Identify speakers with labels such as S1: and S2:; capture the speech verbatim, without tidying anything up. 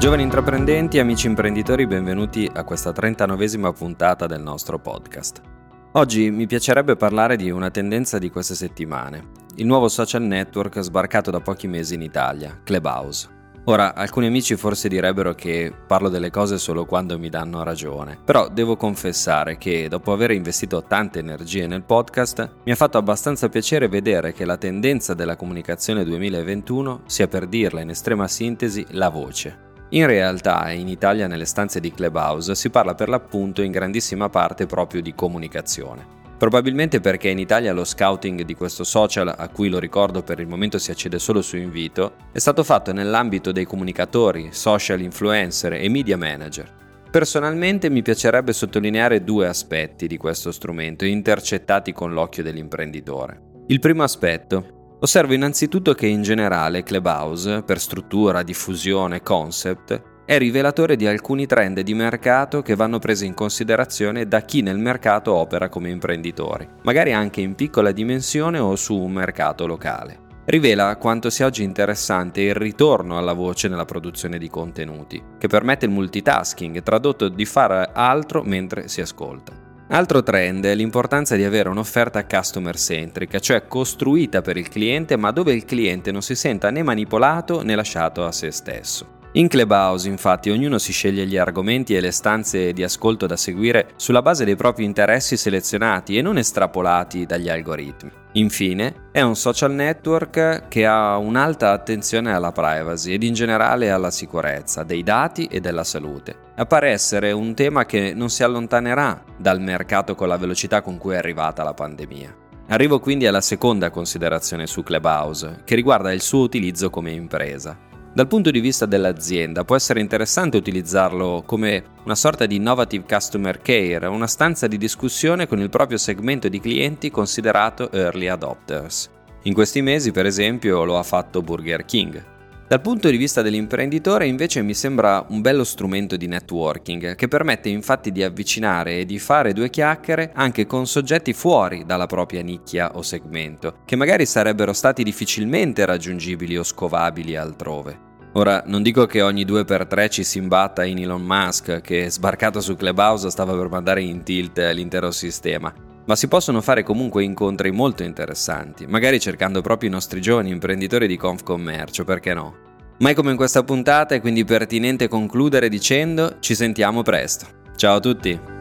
S1: Giovani intraprendenti, amici imprenditori, benvenuti a questa trentanovesima puntata del nostro podcast. Oggi mi piacerebbe parlare di una tendenza di queste settimane, il nuovo social network sbarcato da pochi mesi in Italia, Clubhouse. Ora, alcuni amici forse direbbero che parlo delle cose solo quando mi danno ragione, però devo confessare che dopo aver investito tante energie nel podcast, mi ha fatto abbastanza piacere vedere che la tendenza della comunicazione duemilaventuno sia, per dirla in estrema sintesi, la voce. In realtà in Italia nelle stanze di Clubhouse si parla per l'appunto in grandissima parte proprio di comunicazione. Probabilmente perché in Italia lo scouting di questo social, a cui lo ricordo per il momento si accede solo su invito, è stato fatto nell'ambito dei comunicatori, social influencer e media manager. Personalmente mi piacerebbe sottolineare due aspetti di questo strumento intercettati con l'occhio dell'imprenditore. Il primo aspetto. Osservo innanzitutto che in generale Clubhouse, per struttura, diffusione, concept, è rivelatore di alcuni trend di mercato che vanno presi in considerazione da chi nel mercato opera come imprenditori, magari anche in piccola dimensione o su un mercato locale. Rivela quanto sia oggi interessante il ritorno alla voce nella produzione di contenuti, che permette il multitasking, tradotto di fare altro mentre si ascolta. Altro trend è l'importanza di avere un'offerta customer centric, cioè costruita per il cliente ma dove il cliente non si senta né manipolato né lasciato a se stesso. In Clubhouse, infatti, ognuno si sceglie gli argomenti e le stanze di ascolto da seguire sulla base dei propri interessi selezionati e non estrapolati dagli algoritmi. Infine, è un social network che ha un'alta attenzione alla privacy ed in generale alla sicurezza dei dati e della salute. Appare essere un tema che non si allontanerà dal mercato con la velocità con cui è arrivata la pandemia. Arrivo quindi alla seconda considerazione su Clubhouse, che riguarda il suo utilizzo come impresa. Dal punto di vista dell'azienda può essere interessante utilizzarlo come una sorta di innovative customer care, una stanza di discussione con il proprio segmento di clienti considerato early adopters. In questi mesi, per esempio, lo ha fatto Burger King. Dal punto di vista dell'imprenditore invece mi sembra un bello strumento di networking che permette infatti di avvicinare e di fare due chiacchiere anche con soggetti fuori dalla propria nicchia o segmento, che magari sarebbero stati difficilmente raggiungibili o scovabili altrove. Ora, non dico che ogni due per tre ci si imbatta in Elon Musk che, sbarcato su Clubhouse, stava per mandare in tilt l'intero sistema, ma si possono fare comunque incontri molto interessanti, magari cercando proprio i nostri giovani imprenditori di Confcommercio, perché no? Mai come in questa puntata è quindi pertinente concludere dicendo: ci sentiamo presto. Ciao a tutti!